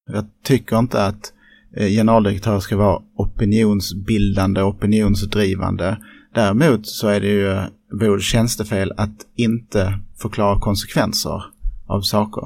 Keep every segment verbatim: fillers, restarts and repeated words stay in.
Jag tycker inte att generaldirektörer ska vara opinionsbildande, opinionsdrivande. Däremot så är det ju vår tjänstefel att inte förklara konsekvenser av saker.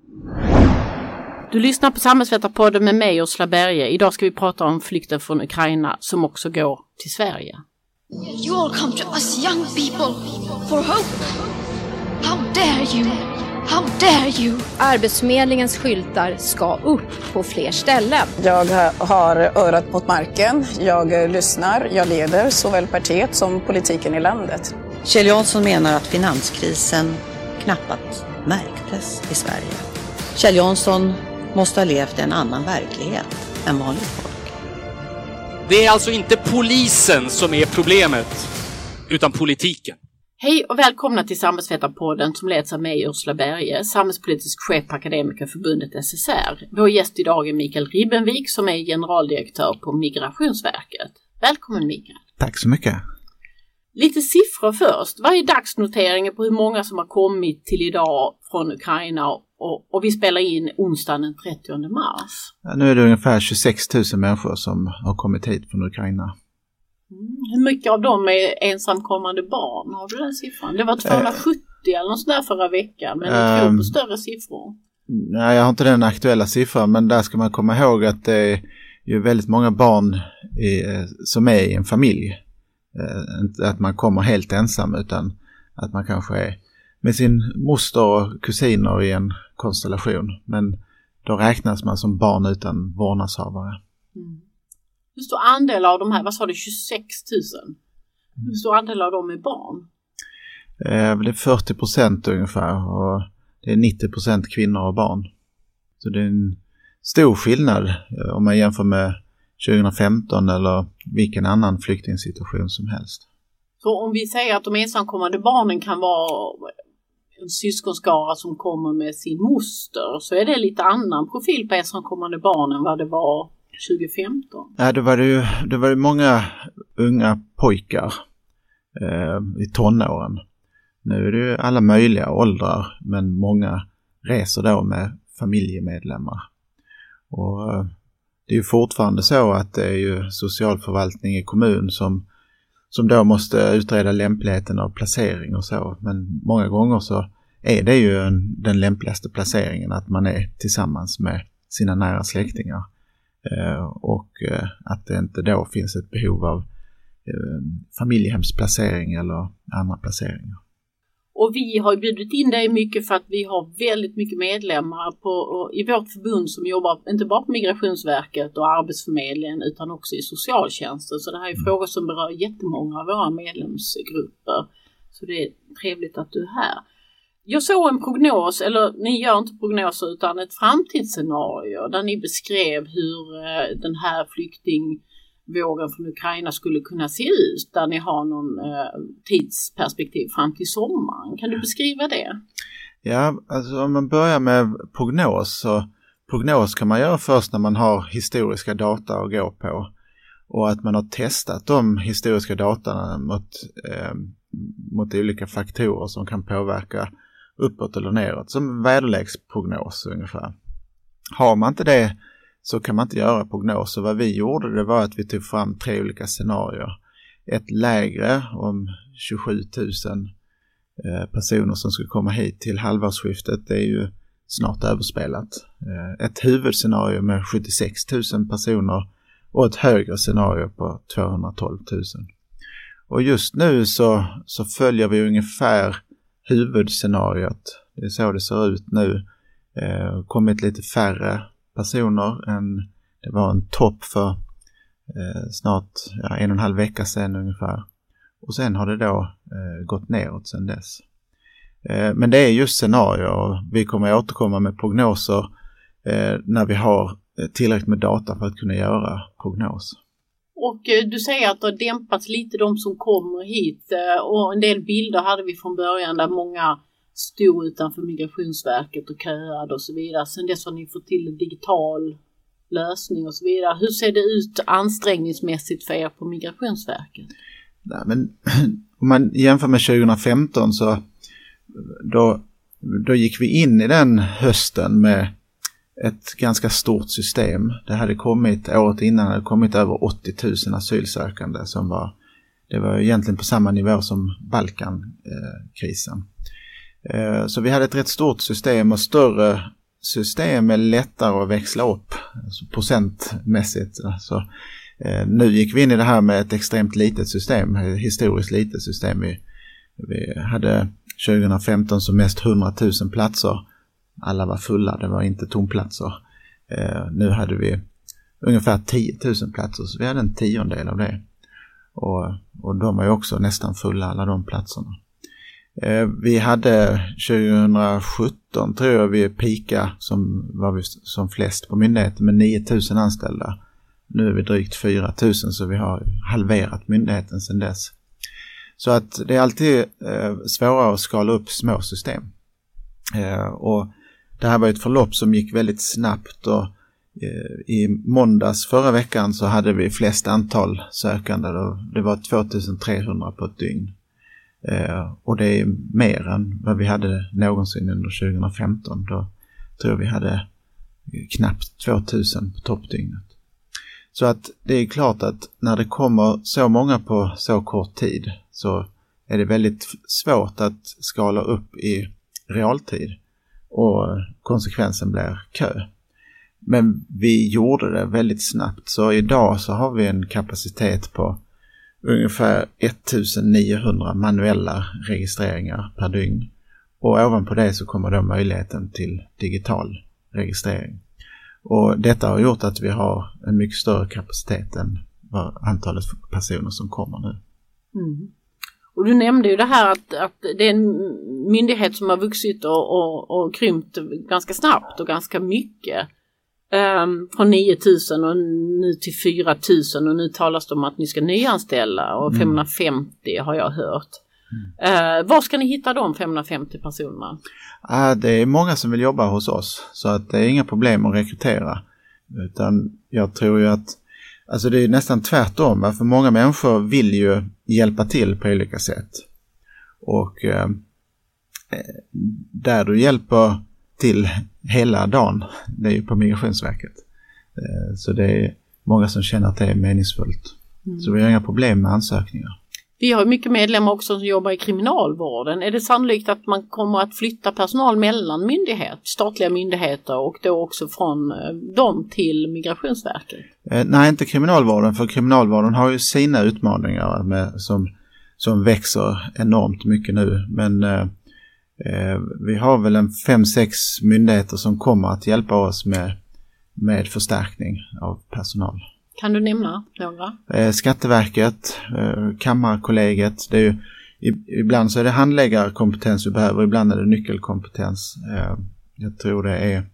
Du lyssnar på Samhällsvetarpodden med mig, Ursula Berge. Idag ska vi prata om flykten från Ukraina som också går till Sverige. You all come to us young people for hope. How dare you? How dare you? Arbetsförmedlingens skyltar ska upp på fler ställen. Jag har örat mot marken, jag lyssnar, jag leder såväl partiet som politiken i landet. Kjell Jansson menar att finanskrisen knappast märktes i Sverige. Kjell Jansson måste ha levt i en annan verklighet än vanligt folk. Det är alltså inte polisen som är problemet, utan politiken. Hej och välkomna till Samhällsvetarpodden som leds av mig, Ursula Berge, samhällspolitisk chef på Akademikerförbundet S S R. Vår gäst idag är Mikael Ribbenvik som är generaldirektör på Migrationsverket. Välkommen Mikael. Tack så mycket. Lite siffror först. Vad är dagsnoteringen på hur många som har kommit till idag från Ukraina och, och vi spelar in onsdagen den trettionde mars? Ja, nu är det ungefär tjugosex tusen människor som har kommit hit från Ukraina. Mm. Hur mycket av dem är ensamkommande barn? Har du den siffran? Det var tvåhundrasjuttio uh, eller något sånt där förra veckan, men jag tror um, på större siffror. Nej, jag har inte den aktuella siffran, men där ska man komma ihåg att det är ju väldigt många barn i, som är i en familj. Uh, inte att man kommer helt ensam, utan att man kanske är med sin moster och kusiner i en konstellation. Men då räknas man som barn utan vårdnadshavare. Mm. Hur stor andel av de här, vad sa du, tjugosex tusen? Hur stor andel av dem är barn? Eh, det är fyrtio procent ungefär och det är nittio procent kvinnor och barn. Så det är en stor skillnad om man jämför med tjugohundrafemton eller vilken annan flyktingsituation som helst. Så om vi säger att de ensamkommande barnen kan vara en syskonskara som kommer med sin moster, så är det lite annan profil på ensamkommande barn än vad det var tjugofemton. Ja, det var det ju det var ju många unga pojkar eh, i tonåren. Nu är det ju alla möjliga åldrar, men många reser då med familjemedlemmar. Och eh, det är ju fortfarande så att det är ju socialförvaltning i kommun som, som då måste utreda lämpligheten av placering och så. Men många gånger så är det ju en, den lämpligaste placeringen att man är tillsammans med sina nära släktingar. Uh, och uh, att det inte då finns ett behov av uh, familjehemsplacering eller andra placeringar. Och vi har bjudit in dig mycket för att vi har väldigt mycket medlemmar på, i vårt förbund som jobbar inte bara på Migrationsverket och Arbetsförmedlingen utan också i socialtjänsten. Så det här är mm. frågor som berör jättemånga av våra medlemsgrupper. Så det är trevligt att du är här. Jag såg en prognos, eller ni gör inte prognoser utan ett framtidsscenario där ni beskrev hur eh, den här flyktingvågen från Ukraina skulle kunna se ut. Där ni har någon eh, tidsperspektiv fram till sommaren. Kan du beskriva det? Ja, alltså om man börjar med prognos så prognos kan man göra först när man har historiska data att gå på. Och att man har testat de historiska datan mot, eh, mot olika faktorer som kan påverka uppåt eller neråt, som väderleksprognos ungefär. Har man inte det så kan man inte göra prognoser. Vad vi gjorde det var att vi tog fram tre olika scenarier. Ett lägre om tjugosju tusen eh, personer som skulle komma hit till halvårsskiftet, det är ju snart överspelat. Eh, ett huvudscenario med sjuttiosex tusen personer och ett högre scenario på tvåhundratolv tusen. Och just nu så, så följer vi ungefär huvudscenariot. Det är så det ser ut nu. Eh, kommit lite färre personer än det var en topp för eh, snart ja, en och en halv vecka sedan ungefär. Och sen har det då eh, gått neråt sedan dess. Eh, men det är just scenario och vi kommer att återkomma med prognoser eh, när vi har tillräckligt med data för att kunna göra prognos. Och eh, du säger att det har dämpats lite de som kommer hit eh, och en del bilder hade vi från början där många stod utanför Migrationsverket och köade och så vidare. Sen dess har ni fått till en digital lösning och så vidare. Hur ser det ut ansträngningsmässigt för er på Migrationsverket? Nej, men om man jämför med tjugohundrafemton så då, då gick vi in i den hösten med ett ganska stort system. Det hade kommit, året innan hade kommit över åttio tusen asylsökande som var, det var egentligen på samma nivå som Balkankrisen. Eh, så vi hade ett rätt stort system, och större system är lättare att växla upp alltså procentmässigt. Alltså, eh, nu gick vi in i det här med ett extremt litet system, historiskt litet system. Vi, vi hade tjugohundrafemton som mest hundratusen platser. Alla var fulla, det var inte tomplatser. Eh, nu hade vi ungefär tio tusen platser, så vi hade en tiondel av det. Och, och de var ju också nästan fulla, alla de platserna. Eh, vi hade tjugosjutton, tror jag, vi pika som var vi som flest på myndigheten med nio tusen anställda. Nu är vi drygt fyra tusen, så vi har halverat myndigheten sedan dess. Så att det är alltid eh, svårare att skala upp små system. Eh, och det här var ett förlopp som gick väldigt snabbt, och eh, i måndags förra veckan så hade vi flest antal sökande. Då. Det var tvåtusentrehundra på ett dygn. Eh, och det är mer än vad vi hade någonsin under tjugohundrafemton. Då tror jag vi hade knappt tvåtusen på toppdygnet. Så att det är klart att när det kommer så många på så kort tid så är det väldigt svårt att skala upp i realtid, och konsekvensen blir kö. Men vi gjorde det väldigt snabbt, så idag så har vi en kapacitet på ungefär ettusenniohundra manuella registreringar per dygn, och ovanpå det så kommer då möjligheten till digital registrering. Och detta har gjort att vi har en mycket större kapacitet än antalet personer som kommer nu. Mm. Och du nämnde ju det här att, att det är en myndighet som har vuxit och, och, och krympt ganska snabbt och ganska mycket. Um, från nio tusen och nu till fyra tusen, och nu talas det om att ni ska nyanställa, och femhundrafemtio har jag hört. Mm. Uh, var ska ni hitta de femhundrafemtio personerna? Ah, det är många som vill jobba hos oss, så att det är inga problem att rekrytera. Utan jag tror ju att alltså det är nästan tvärtom, för många människor vill ju hjälpa till på olika sätt. Och eh, där du hjälper till hela dagen, det är ju på Migrationsverket. Eh, så det är många som känner att det är meningsfullt. Mm. Så vi har inga problem med ansökningar. Vi har mycket medlemmar också som jobbar i kriminalvården. Är det sannolikt att man kommer att flytta personal mellan myndigheter, statliga myndigheter, och då också från dem till Migrationsverket? Eh, nej, inte kriminalvården, för kriminalvården har ju sina utmaningar med, som, som växer enormt mycket nu. Men eh, eh, vi har väl en fem, sex myndigheter som kommer att hjälpa oss med, med förstärkning av personal. Kan du nämna några? Eh, Skatteverket, eh, Kammarkollegiet. Det är ju, ibland så är det handläggarkompetens vi behöver, ibland är det nyckelkompetens. Eh, jag tror det är,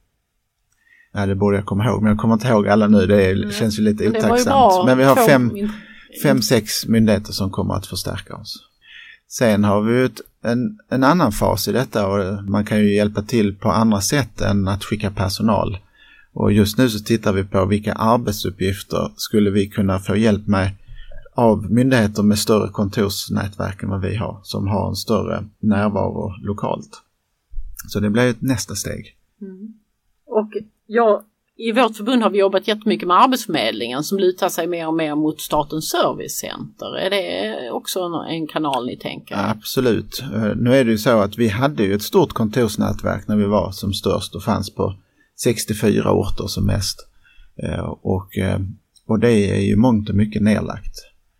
ja, det borde jag komma ihåg, men jag kommer inte ihåg alla nu. Det är, mm. känns ju lite otacksamt. Men vi har fem, fem, sex myndigheter som kommer att förstärka oss. Sen har vi ett, en, en annan fas i detta, och man kan ju hjälpa till på andra sätt än att skicka personal. Och just nu så tittar vi på vilka arbetsuppgifter skulle vi kunna få hjälp med av myndigheter med större kontorsnätverk än vad vi har, som har en större närvaro lokalt. Så det blir ett nästa steg. Mm. Och ja, i vårt förbund har vi jobbat jättemycket med Arbetsförmedlingen som lutar sig mer och mer mot Statens servicecenter. Är det också en kanal ni tänker? Absolut. Nu är det ju så att vi hade ju ett stort kontorsnätverk när vi var som störst och fanns på sextiofyra orter som mest. Och, och det är ju mångt och mycket nedlagt.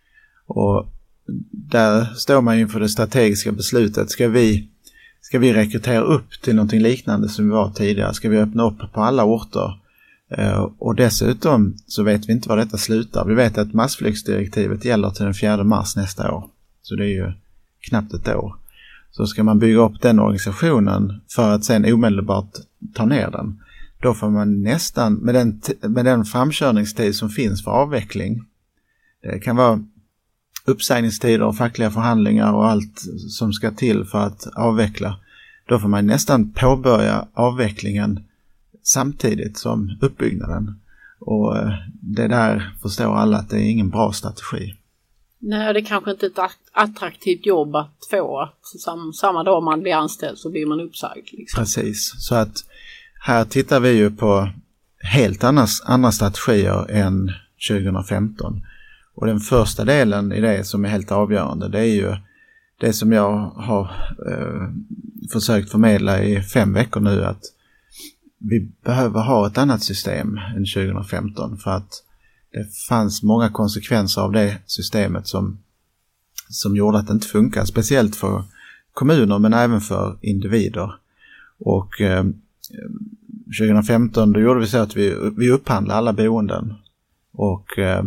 Och där står man inför det strategiska beslutet. Ska vi, ska vi rekrytera upp till någonting liknande som vi var tidigare? Ska vi öppna upp på alla orter? Och dessutom så vet vi inte var detta slutar. Vi vet att massflyktsdirektivet gäller till den fjärde mars nästa år. Så det är ju knappt ett år. Så ska man bygga upp den organisationen för att sen omedelbart ta ner den. Då får man nästan, med den, med den framkörningstid som finns för avveckling, det kan vara uppsägningstider och fackliga förhandlingar och allt som ska till för att avveckla, då får man nästan påbörja avvecklingen samtidigt som uppbyggnaden. Och det där förstår alla att det är ingen bra strategi. Nej, det är kanske inte ett attraktivt jobb att få, att sam, samma dag man blir anställd så blir man uppsagd. Liksom. Precis, så att här tittar vi ju på helt annars, andra strategier än tjugo femton. Och den första delen i det som är helt avgörande, det är ju det som jag har eh, försökt förmedla i fem veckor nu, att vi behöver ha ett annat system än tjugo femton, för att det fanns många konsekvenser av det systemet som, som gjorde att det inte funkar, speciellt för kommuner men även för individer. Och eh, tjugo femton då gjorde vi så att vi, vi upphandlade alla boenden, och eh,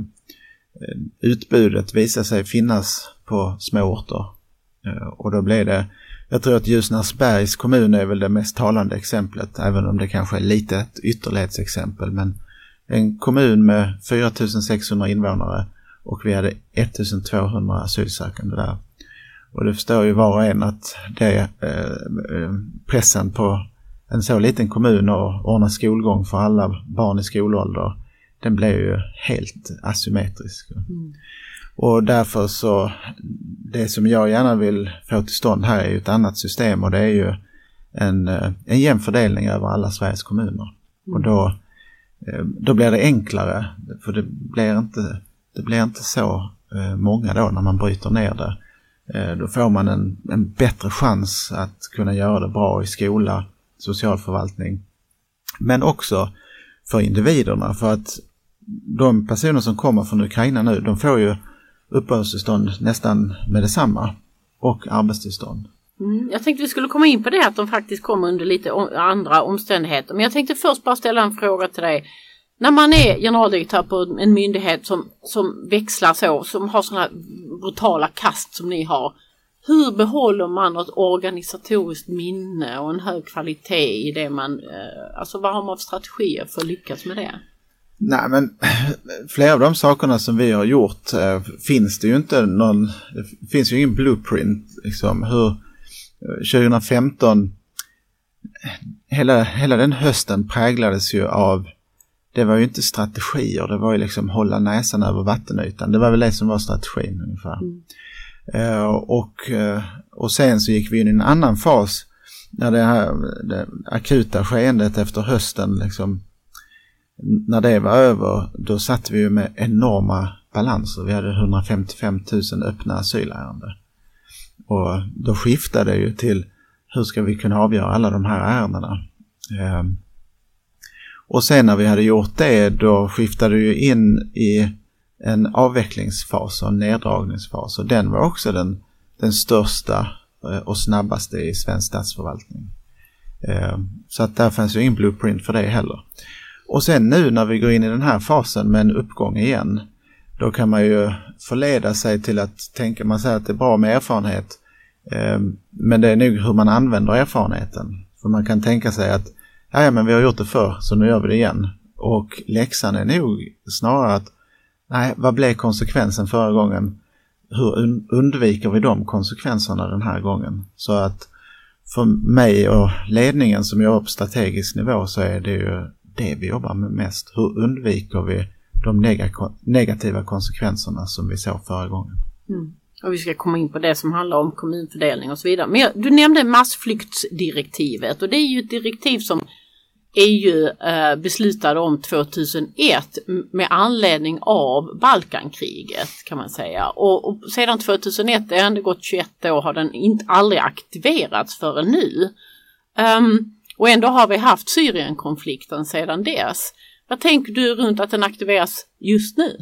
utbudet visade sig finnas på små orter. Eh, och då blev det, jag tror att Ljusnarsbergs kommun är väl det mest talande exemplet, även om det kanske är lite ett ytterlighetsexempel, men en kommun med fyra tusen sexhundra invånare och vi hade ettusentvåhundra asylsökande där. Och det förstår ju var och en att det eh, pressen på en så liten kommun och ordna skolgång för alla barn i skolålder, den blev ju helt asymmetrisk. Mm. Och därför så, det som jag gärna vill få till stånd här är ju ett annat system, och det är ju en, en jämn fördelning över alla Sveriges kommuner. Mm. Och då, då blir det enklare, för det blir inte, det blir inte så många då när man bryter ner det. Då får man en, en bättre chans att kunna göra det bra i skola, socialförvaltning, men också för individerna, för att de personer som kommer från Ukraina nu, de får ju uppehållstillstånd nästan med detsamma och arbetstillstånd. Mm, jag tänkte vi skulle komma in på det, att de faktiskt kommer under lite om, andra omständigheter, men jag tänkte först bara ställa en fråga till dig. När man är generaldirektör på en myndighet som, som växlar så, som har sådana brutala kast som ni har, hur behåller man ett organisatoriskt minne och en hög kvalitet i det man, eh, alltså vad har man för strategier för att lyckas med det? Nej, men flera av de sakerna som vi har gjort eh, finns det ju inte någon, det finns ju ingen blueprint liksom, hur tjugo femton hela, hela den hösten präglades ju av, det var ju inte strategier, det var ju liksom hålla näsan över vattenytan, det var väl det som var strategin ungefär. Mm. Uh, och, uh, och sen så gick vi in i en annan fas när det här det akuta skeendet efter hösten liksom, när det var över, då satt vi ju med enorma balanser. Vi hade hundrafemtiofem tusen öppna asylärenden, och då skiftade det ju till hur ska vi kunna avgöra alla de här ärendena. uh, och sen när vi hade gjort det, då skiftade det ju in i en avvecklingsfas och en neddragningsfas, och den var också den, den största och snabbaste i svensk statsförvaltning. Så att där fanns ju ingen blueprint för det heller. Och sen nu när vi går in i den här fasen med en uppgång igen, då kan man ju förleda sig till att tänka, man säger att det är bra med erfarenhet, men det är nog hur man använder erfarenheten. För man kan tänka sig att ja, men vi har gjort det förr, så nu gör vi det igen. Och läxan är nog snarare att nej, vad blev konsekvensen förra gången? Hur undviker vi de konsekvenserna den här gången? Så att för mig och ledningen som jobbar på strategisk nivå, så är det ju det vi jobbar med mest. Hur undviker vi de neg- negativa konsekvenserna som vi såg förra gången? Mm. Och vi ska komma in på det som handlar om kommunfördelning och så vidare. Men du nämnde massflyktsdirektivet, och det är ju ett direktiv som är ju eh, beslutade om tvåtusenett med anledning av Balkankriget, kan man säga. Och, och sedan tvåtusenett, det har ändå gått tjugoett år, har den inte aldrig aktiverats förrän nu. Um, och ändå har vi haft Syrienkonflikten sedan dess. Vad tänker du runt att den aktiveras just nu?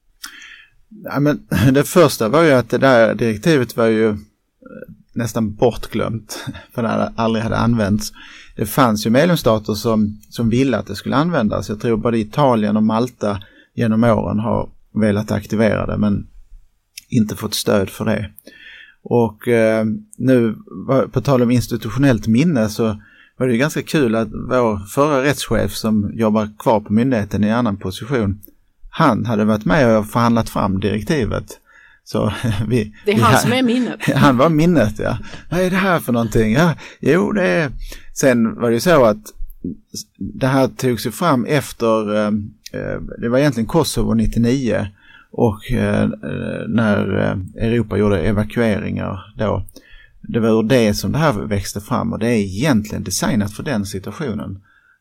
Ja, men det första var ju att det där direktivet var ju nästan bortglömt, för det aldrig hade använts. Det fanns ju medlemsstater som, som ville att det skulle användas. Jag tror både Italien och Malta genom åren har velat aktivera det, men inte fått stöd för det. Och eh, nu på tal om institutionellt minne, så var det ganska kul att vår förra rättschef som jobbar kvar på myndigheten i annan position, han hade varit med och förhandlat fram direktivet. Så vi, det är vi, han som är minnet. Han var minnet, ja. Vad är det här för någonting? Ja, jo, det är... Sen var det ju så att det här tog sig fram efter, eh, det var egentligen Kosovo nittionio, och eh, när Europa gjorde evakueringar då. Det var ur det som det här växte fram, och det är egentligen designat för den situationen.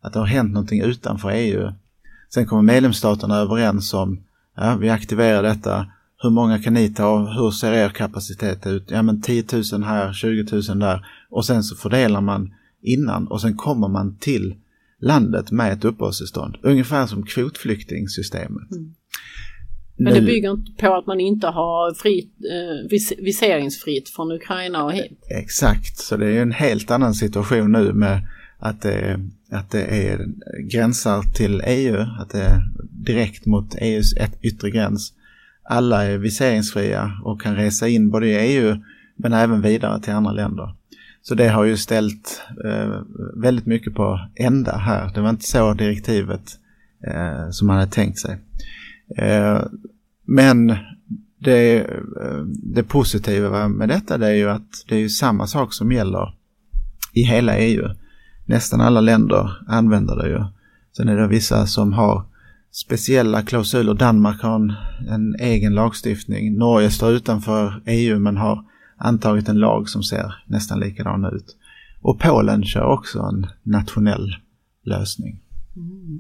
att det har hänt någonting utanför E U. Sen kommer medlemsstaterna överens om, ja, vi aktiverar detta. Hur många kan ni ta? Hur ser er kapacitet ut? Ja, men tio tusen här, tjugo tusen där. Och sen så fördelar man innan och sen kommer man till landet med ett uppehållstillstånd. Ungefär som kvotflyktingsystemet. Mm. Men det bygger inte på att man inte har fritt, eh, vis- viseringsfritt från Ukraina och hit. Exakt, så det är ju en helt annan situation nu med att det, att det är gränsar till E U, att det är direkt mot E U:s yttre gräns. Alla är viseringsfria och kan resa in både i E U men även vidare till andra länder. Så det har ju ställt eh, väldigt mycket på ända här. Det var inte så direktivet eh, som man hade tänkt sig. Eh, men det, det positiva med detta det är ju att det är ju samma sak som gäller i hela E U. Nästan alla länder använder det ju. Sen är det vissa som har speciella klausuler. Danmark har en, en egen lagstiftning. Norge står utanför E U men har antagit en lag som ser nästan likadan ut. Och Polen kör också en nationell lösning. Mm.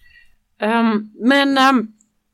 Um, men um,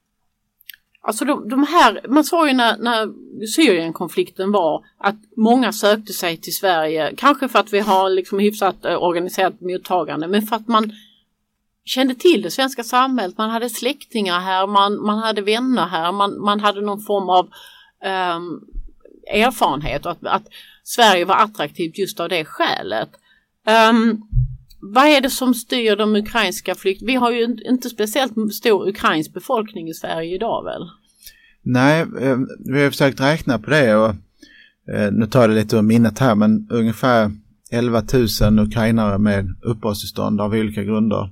alltså de, de här, man såg ju när, när Syrienkonflikten var att många sökte sig till Sverige, kanske för att vi har liksom hyfsat eh, organiserat mottagande, men för att man kände till det svenska samhället, man hade släktingar här, man, man hade vänner här, man, man hade någon form av um, erfarenhet och att, att Sverige var attraktivt just av det skälet. Um, vad är det som styr de ukrainska flykt? Vi har ju inte speciellt stor ukrainsk befolkning i Sverige idag väl? Nej, eh, vi har försökt räkna på det och eh, nu tar det lite ur minnet här, men ungefär elva tusen ukrainare med uppehållstillstånd av olika grunder.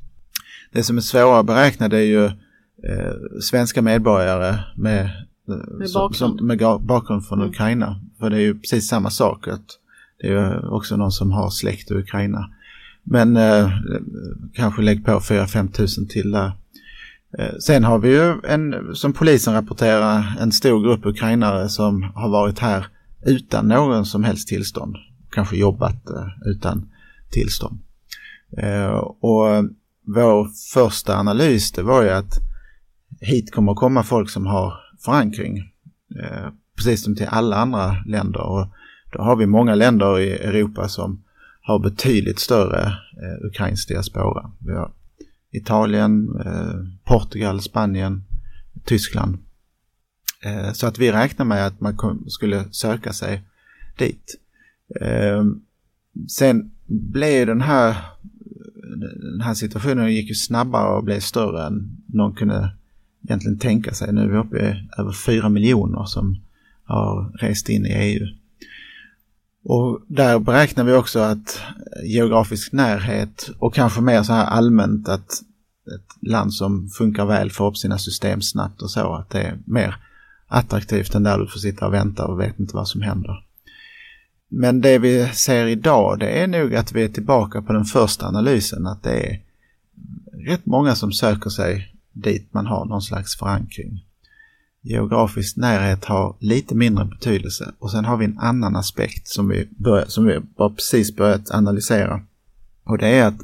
Det som är svårare att beräkna det är ju eh, svenska medborgare med Med bakgrund. Som, med bakgrund från mm. Ukraina. För det är ju precis samma sak. Att det är ju också någon som har släkt i Ukraina. Men eh, kanske lägg på fyra till fem tusen till där. Eh, sen har vi ju, en, som polisen rapporterar, en stor grupp ukrainare som har varit här utan någon som helst tillstånd. Kanske jobbat eh, utan tillstånd. Eh, och vår första analys det var ju att hit kommer att komma folk som har förankring, eh, precis som till alla andra länder. Och då har vi många länder i Europa som har betydligt större eh, ukrainsk diaspora. Vi har Italien, eh, Portugal, Spanien, Tyskland. Eh, så att vi räknar med att man kom, skulle söka sig dit. Eh, sen blev den här, den här situationen gick ju snabbare och blev större än någon kunde egentligen tänka sig. Nu är vi uppe i över fyra miljoner som har rest in i E U. Och där beräknar vi också att geografisk närhet och kanske mer så här allmänt att ett land som funkar väl får upp sina system snabbt och så, att det är mer attraktivt än där du får sitta och vänta och vet inte vad som händer. Men det vi ser idag det är nog att vi är tillbaka på den första analysen, att det är rätt många som söker sig dit man har någon slags förankring. Geografisk närhet har lite mindre betydelse och sen har vi en annan aspekt som vi, börjar, som vi bara precis börjat analysera. Och det är att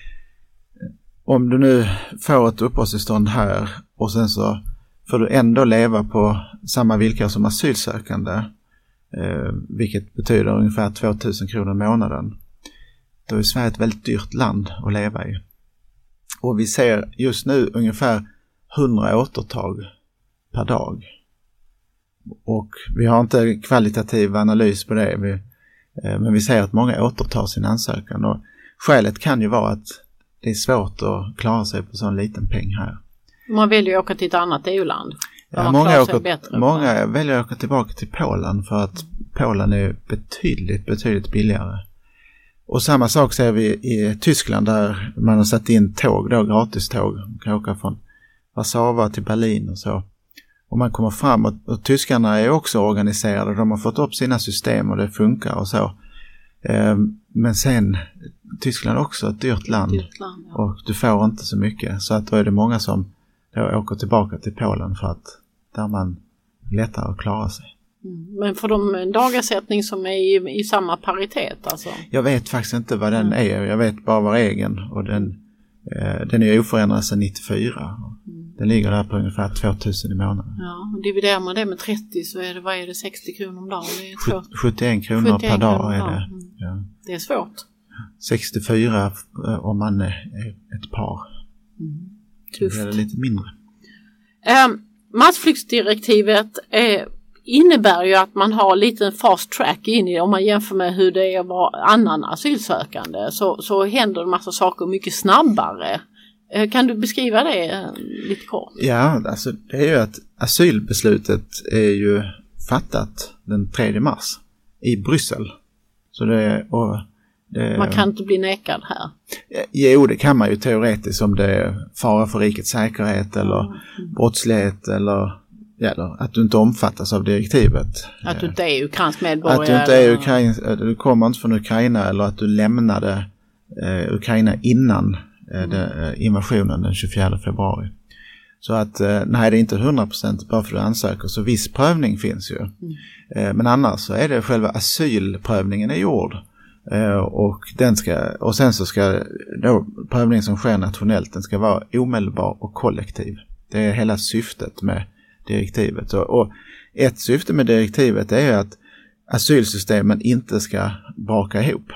om du nu får ett uppehållstillstånd här och sen så får du ändå leva på samma villkor som asylsökande, eh, vilket betyder ungefär två tusen kronor i månaden. Då är Sverige ett väldigt dyrt land att leva i. Och vi ser just nu ungefär hundra återtag per dag. Och vi har inte kvalitativ analys på det. Vi, eh, men vi ser att många återtar sin ansökan. Och skälet kan ju vara att det är svårt att klara sig på sån liten peng här. Man väljer att åka till ett annat E U-land. Ja, många åker, många väljer att åka tillbaka till Polen för att Polen är betydligt, betydligt billigare. Och samma sak ser vi i Tyskland där man har satt in tåg, då gratiståg. Man kan åka från Warszawa till Berlin och så. Och man kommer fram och, och tyskarna är också organiserade. De har fått upp sina system och det funkar och så. Ehm, men sen, Tyskland är också ett dyrt land. Dyrt land ja. Och du får inte så mycket. Så att då är det många som då åker tillbaka till Polen för att där man lättare att klara sig. Mm. Men får de en dagersättning som är i, i samma paritet alltså? Jag vet faktiskt inte vad den mm. är. Jag vet bara vad regeln och den, eh, den är oförändrad sedan nittiofyra. Mm. Den ligger där på ungefär tvåtusen i månaden. Ja, och dividerar man det med trettio så är det, vad är det, sextio kronor om dagen? Det är sjuttioen kronor sjuttioen per dag kronor är dag. det. Mm. Ja. Det är svårt. sextiofyra om man är ett par. Mm. Tufft. Det är lite mindre. Um, massflyktsdirektivet är, innebär ju att man har lite fast track in i, om man jämför med hur det är att vara annan asylsökande, så, så händer en massa saker mycket snabbare. Uh, kan du beskriva det uh, lite kort? Ja, alltså det är ju att asylbeslutet är ju fattat den tredje mars i Bryssel. Så det är, och det, man kan inte bli nekad här. Jo, det kan man ju teoretiskt om det är fara för rikets säkerhet eller mm. brottslighet eller, eller att du inte omfattas av direktivet. Att du inte är ukrainsk medborgare. Att du inte är ukrainsk, du kommer inte från Ukraina eller att du lämnade eh, Ukraina innan eh, mm. det, invasionen den tjugofjärde februari. Så att eh, nej, det är inte hundra procent bara för att du ansöker, så viss prövning finns ju. Mm. Eh, men annars så är det själva asylprövningen är gjord. Uh, och, den ska, och sen så ska då, prövningen som sker nationellt, den ska vara omedelbar och kollektiv. Det är hela syftet med direktivet. Och, och ett syfte med direktivet är att asylsystemen inte ska braka ihop.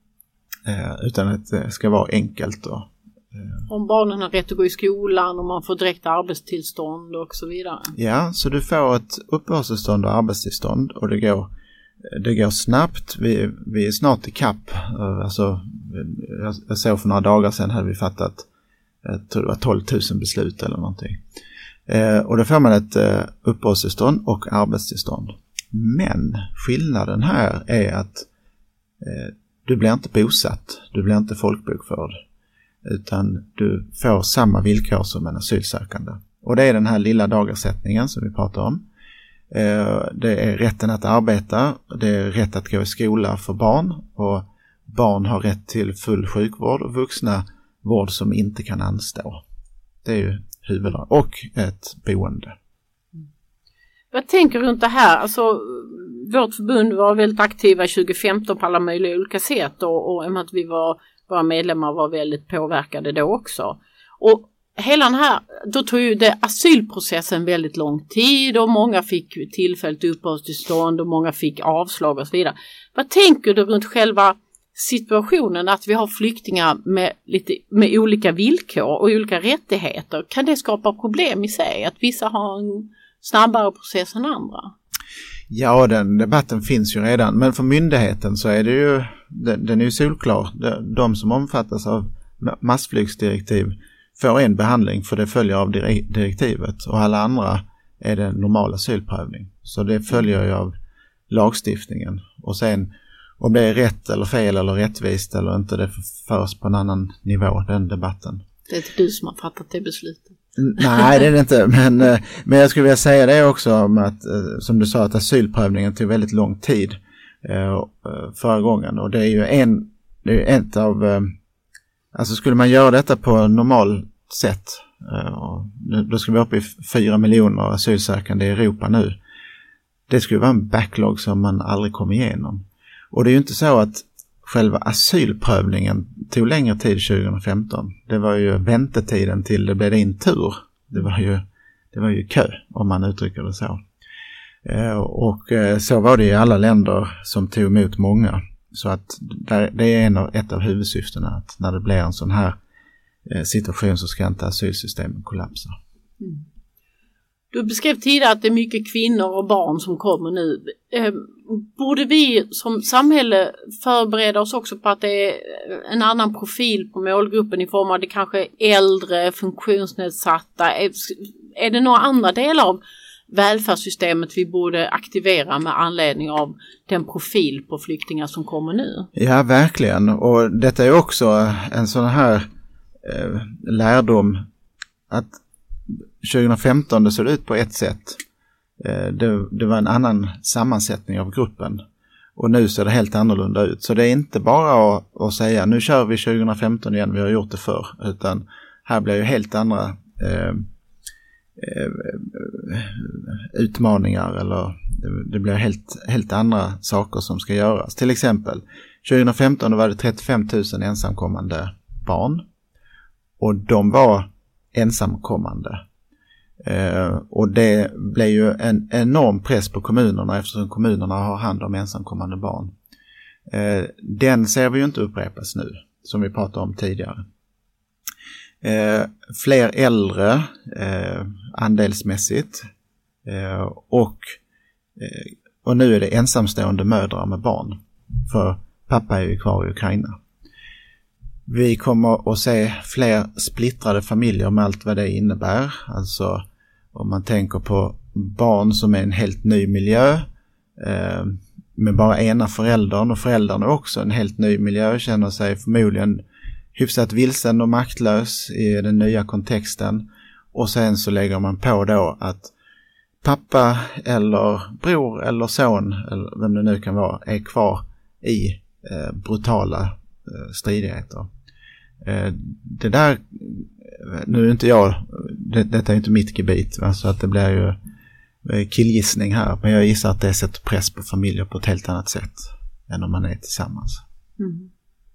Uh, utan att det ska vara enkelt. Och, uh. Om barnen har rätt att gå i skolan och man får direkt arbetstillstånd och så vidare. Ja, så du får ett uppehållstillstånd och arbetstillstånd och det går Det går snabbt, vi, vi är snart i kapp. Alltså, jag såg för några dagar sedan hade vi fattat, jag tror det var tolv tusen beslut eller någonting. Eh, och då får man ett eh, uppehållstillstånd och arbetstillstånd. Men skillnaden här är att eh, du blir inte bosatt, du blir inte folkbokförd. Utan du får samma villkor som en asylsökande. Och det är den här lilla dagersättningen som vi pratar om. Det är rätten att arbeta, det är rätt att gå i skola för barn och barn har rätt till full sjukvård och vuxna vård som inte kan anstå. Det är ju huvudlag och ett boende. Jag tänker runt det här, alltså vårt förbund var väldigt aktiva tjugo femton på alla möjliga olika sätt och, och att vi var, våra medlemmar var väldigt påverkade då också. Och hela den här, då tog ju det asylprocessen väldigt lång tid och många fick tillfälligt uppehållstillstånd och många fick avslag och så vidare. Vad tänker du runt själva situationen att vi har flyktingar med, lite, med olika villkor och olika rättigheter? Kan det skapa problem i sig? Att vissa har en snabbare process än andra? Ja, den debatten finns ju redan. Men för myndigheten så är det ju, den, den är ju solklar. De, de som omfattas av massflyktsdirektiv får en behandling för det följer av direktivet och alla andra är det normal asylprövning. Så det följer ju av lagstiftningen. Och sen om det är rätt eller fel eller rättvist eller inte, det förs på en annan nivå, den debatten. Det är inte du som har fattat det beslutet. Nej, det är det inte. Men, men jag skulle vilja säga det också om att, som du sa, att asylprövningen tog väldigt lång tid förra gången. Och det är ju en, det är ett av... Alltså skulle man göra detta på normalt sätt, då skulle vi upp i fyra miljoner asylsökande i Europa nu. Det skulle vara en backlog som man aldrig kom igenom. Och det är ju inte så att själva asylprövningen tog längre tid tjugo femton. Det var ju väntetiden till det blev din tur. Det var ju, det var ju kö, om man uttrycker det så. Och så var det i alla länder som tog emot många. Så att det är en av, ett av huvudsyftena att när det blir en sån här situation så ska inte asylsystemen kollapsa. Mm. Du beskrev tidigare att det är mycket kvinnor och barn som kommer nu. Eh, borde vi som samhälle förbereda oss också på att det är en annan profil på målgruppen i form av det kanske äldre, funktionsnedsatta? Är, är det några andra delar av välfärdssystemet vi borde aktivera med anledning av den profil på flyktingar som kommer nu? Ja, verkligen. Och detta är också en sån här eh, lärdom att tjugo femton det såg ut på ett sätt. Eh, det, det var en annan sammansättning av gruppen. Och nu ser det helt annorlunda ut. Så det är inte bara att, att säga nu kör vi tjugo femton igen, vi har gjort det förr. Utan här blir ju helt andra eh, eh, utmaningar eller det, det blir helt, helt andra saker som ska göras. Till exempel tjugo femton var det trettiofem tusen ensamkommande barn och de var ensamkommande. Eh, och det blir ju en enorm press på kommunerna eftersom kommunerna har hand om ensamkommande barn. Eh, den ser vi ju inte upprepas nu som vi pratade om tidigare. Eh, fler äldre eh, andelsmässigt eh, och, eh, och nu är det ensamstående mödrar med barn för pappa är ju kvar i Ukraina. Vi kommer att se fler splittrade familjer med allt vad det innebär. Alltså om man tänker på barn som är en helt ny miljö eh, med bara ena föräldern och föräldrarna är också en helt ny miljö, känner sig förmodligen hyfsat vilsen och maktlös i den nya kontexten. Och sen så lägger man på då att pappa eller bror eller son eller vem det nu kan vara är kvar i eh, brutala eh, stridigheter. Eh, det där, nu är inte jag, det, detta är inte mitt gebit, va? Så att det blir ju eh, killgissning här, men jag gissar att det sätter press på familjer på ett helt annat sätt än om man är tillsammans. Mm.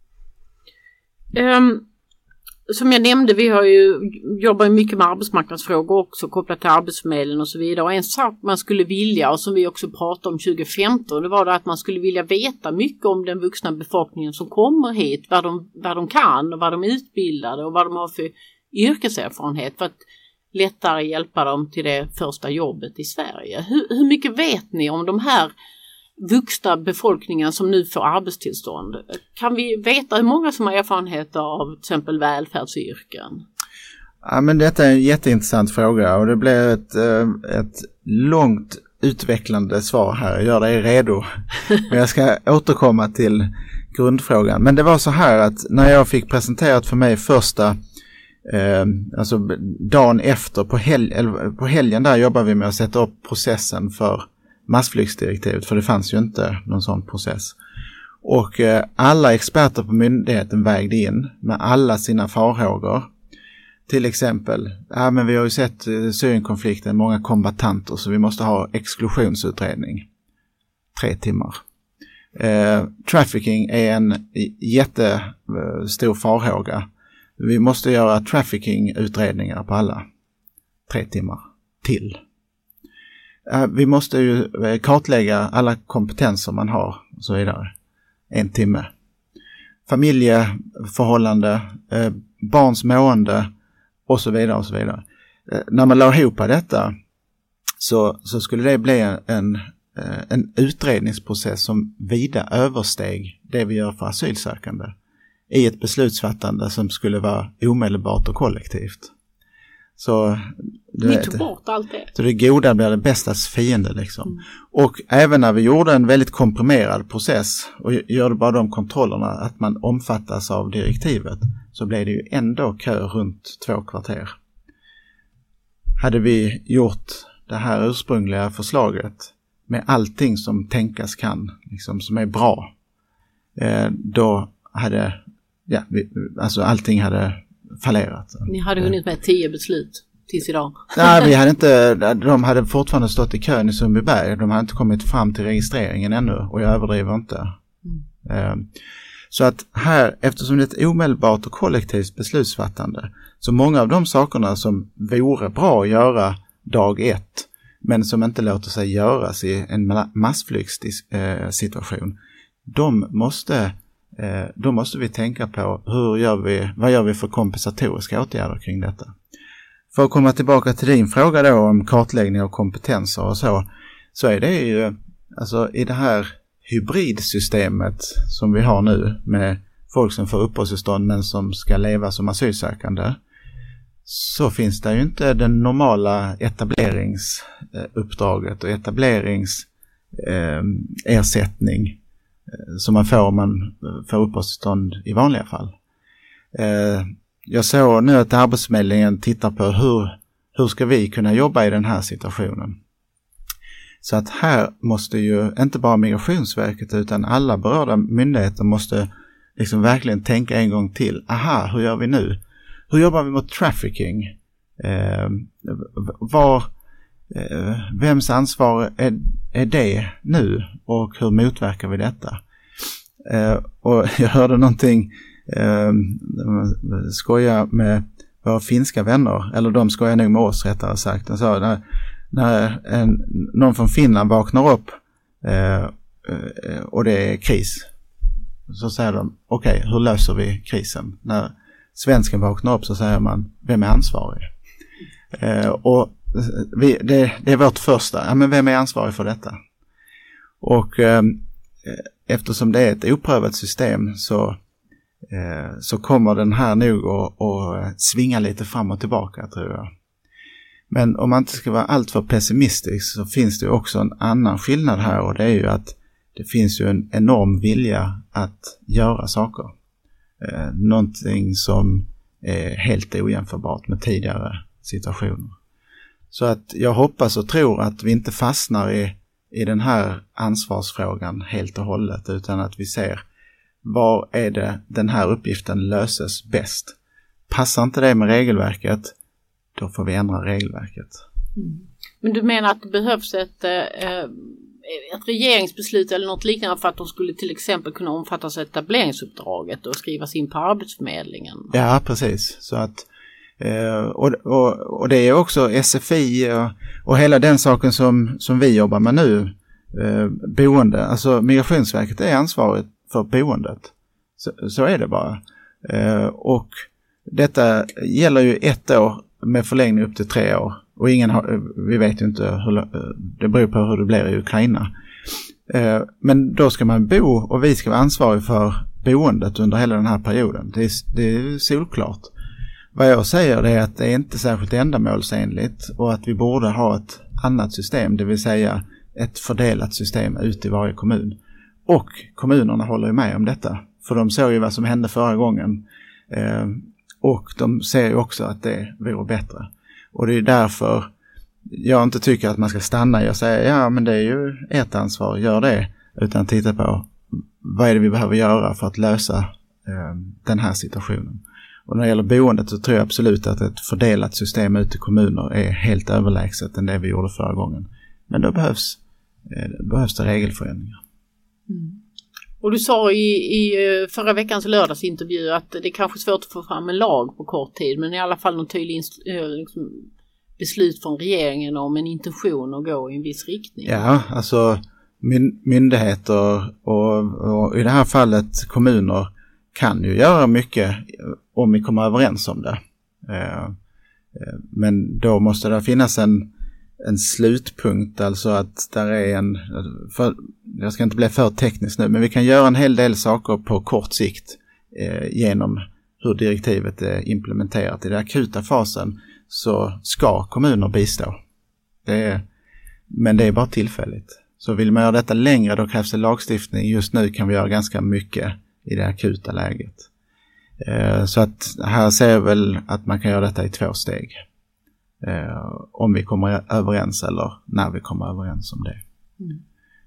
Um, som jag nämnde, vi har ju jobbar mycket med arbetsmarknadsfrågor också kopplat till Arbetsförmedlingen och så vidare. Och en sak man skulle vilja och som vi också pratade om tjugo femton, det var det att man skulle vilja veta mycket om den vuxna befolkningen som kommer hit, vad de, vad de kan och vad de är utbildade och vad de har för yrkeserfarenhet för att lättare hjälpa dem till det första jobbet i Sverige. Hur, hur mycket vet ni om de här vuxna befolkningen som nu får arbetstillstånd? Kan vi veta hur många som har erfarenhet av till exempel välfärdsyrken? Ja, men detta är en jätteintressant fråga och det blir ett, ett långt utvecklande svar här. Jag gör dig redo. Men jag ska återkomma till grundfrågan. Men det var så här att när jag fick presenterat för mig första eh, alltså dagen efter på, hel- eller på helgen där jobbar vi med att sätta upp processen för massflyktsdirektivet, för det fanns ju inte någon sån process. Och eh, alla experter på myndigheten vägde in med alla sina farhågor. Till exempel, ja men vi har ju sett eh, Syrienkonflikten, många kombatanter, så vi måste ha exklusionsutredning. Tre timmar. Eh, trafficking är en jättestor farhåga. Vi måste göra trafficking-utredningar på alla. Tre timmar till. Vi måste ju kartlägga alla kompetenser man har och så vidare. En timme. Familjeförhållande, eh, barns mående och så vidare och så vidare. Eh, när man la ihop detta så, så skulle det bli en, en, en utredningsprocess som vida översteg det vi gör för asylsökande i ett beslutsfattande som skulle vara omedelbart och kollektivt. Så du vi vet, tog bort allt det. Så det goda blir det bästas fiende liksom. Mm. Och även när vi gjorde en väldigt komprimerad process och gjorde bara de kontrollerna att man omfattas av direktivet, så blev det ju ändå kö runt två kvarter. Hade vi gjort det här ursprungliga förslaget med allting som tänkas kan, liksom, som är bra, eh, då hade ja, vi, alltså allting hade fallerat. Ni hade hunnit med tio beslut tills idag. Nej, vi hade inte, de hade fortfarande stått i kön i Sundbyberg. De hade inte kommit fram till registreringen ännu, och jag överdriver inte. Mm. Så att här, eftersom det är ett omedelbart och kollektivt beslutsfattande, så många av de sakerna som vore bra att göra dag ett, men som inte låter sig göras i en massflyktssituation, de måste då måste vi tänka på hur gör vi, vad gör vi för kompensatoriska åtgärder kring detta. För att komma tillbaka till din fråga då om kartläggning av kompetenser och så, så är det ju alltså i det här hybridsystemet som vi har nu med folk som får uppehållstillstånd men som ska leva som asylsökande, så finns det ju inte den normala etableringsuppdraget och etableringsersättning som man får om man får uppehållstillstånd i vanliga fall. Eh, jag såg nu att Arbetsförmedlingen tittar på hur, hur ska vi kunna jobba i den här situationen. Så att här måste ju inte bara Migrationsverket utan alla berörda myndigheter måste liksom verkligen tänka en gång till. Aha, hur gör vi nu? Hur jobbar vi mot trafficking? Eh, var, eh, vems ansvar är, är det nu och hur motverkar vi detta? Eh, och jag hörde någonting eh, skoja med våra finska vänner, eller de skojar nog med oss rättare sagt. De sa, när, när en, någon från Finland vaknar upp eh, och det är kris, så säger de, okej, okay, hur löser vi krisen? När svensken vaknar upp så säger man, vem är ansvarig? Eh, och vi, det, det är vårt första, ja, men vem är ansvarig för detta? Och eh, eftersom det är ett oprövat system så, eh, så kommer den här nog att, att svinga lite fram och tillbaka, tror jag. Men om man inte ska vara alltför pessimistisk så finns det också en annan skillnad här, och det är ju att det finns ju en enorm vilja att göra saker. Eh, någonting som är helt ojämförbart med tidigare situationer. Så att jag hoppas och tror att vi inte fastnar i, i den här ansvarsfrågan helt och hållet, utan att vi ser var är det den här uppgiften löses bäst. Passar inte det med regelverket, då får vi ändra regelverket. Mm. Men du menar att det behövs ett, eh, ett regeringsbeslut eller något liknande för att de skulle till exempel kunna omfattas av etableringsuppdraget och skrivas in på Arbetsförmedlingen? Ja, precis. Så att, eh, och, och, och det är också S F I och, och hela den saken som, som vi jobbar med nu, eh, boende. Alltså Migrationsverket är ansvarigt för boendet. Så, så är det bara. Eh, och detta gäller ju ett år med förlängning upp till tre år. Och ingen har, vi vet ju inte hur, det beror på hur det blir i Ukraina. Eh, men då ska man bo och vi ska vara ansvariga för boendet under hela den här perioden. Det är, det är solklart. Vad jag säger är att det är inte särskilt ändamålsenligt och att vi borde ha ett annat system, det vill säga ett fördelat system ut i varje kommun. Och kommunerna håller ju med om detta, för de såg ju vad som hände förra gången. Eh, och de ser ju också att det vore bättre. Och det är därför jag inte tycker att man ska stanna och säga, ja men det är ju ert ansvar, gör det. Utan titta på vad är det vi behöver göra för att lösa eh, den här situationen. Och när det gäller boendet så tror jag absolut att ett fördelat system ute i kommuner är helt överlägset än det vi gjorde förra gången. Men då behövs, eh, behövs det regelförändringar. Mm. Och du sa i, i förra veckans lördagsintervju att det är kanske svårt att få fram en lag på kort tid, men i alla fall någon tydlig liksom, beslut från regeringen om en intention att gå i en viss riktning. Ja, alltså myndigheter och, och i det här fallet kommuner kan ju göra mycket om vi kommer överens om det. Men då måste det finnas en en slutpunkt, alltså att där är en, för, jag ska inte bli för teknisk nu, men vi kan göra en hel del saker på kort sikt eh, genom hur direktivet är implementerat. I den akuta fasen så ska kommuner bistå. Det är, men det är bara tillfälligt. Så vill man göra detta längre, då krävs det lagstiftning. Just nu kan vi göra ganska mycket i det akuta läget. Eh, så att här ser jag väl att man kan göra detta i två steg. Eh, om vi kommer överens eller när vi kommer överens om det. Mm.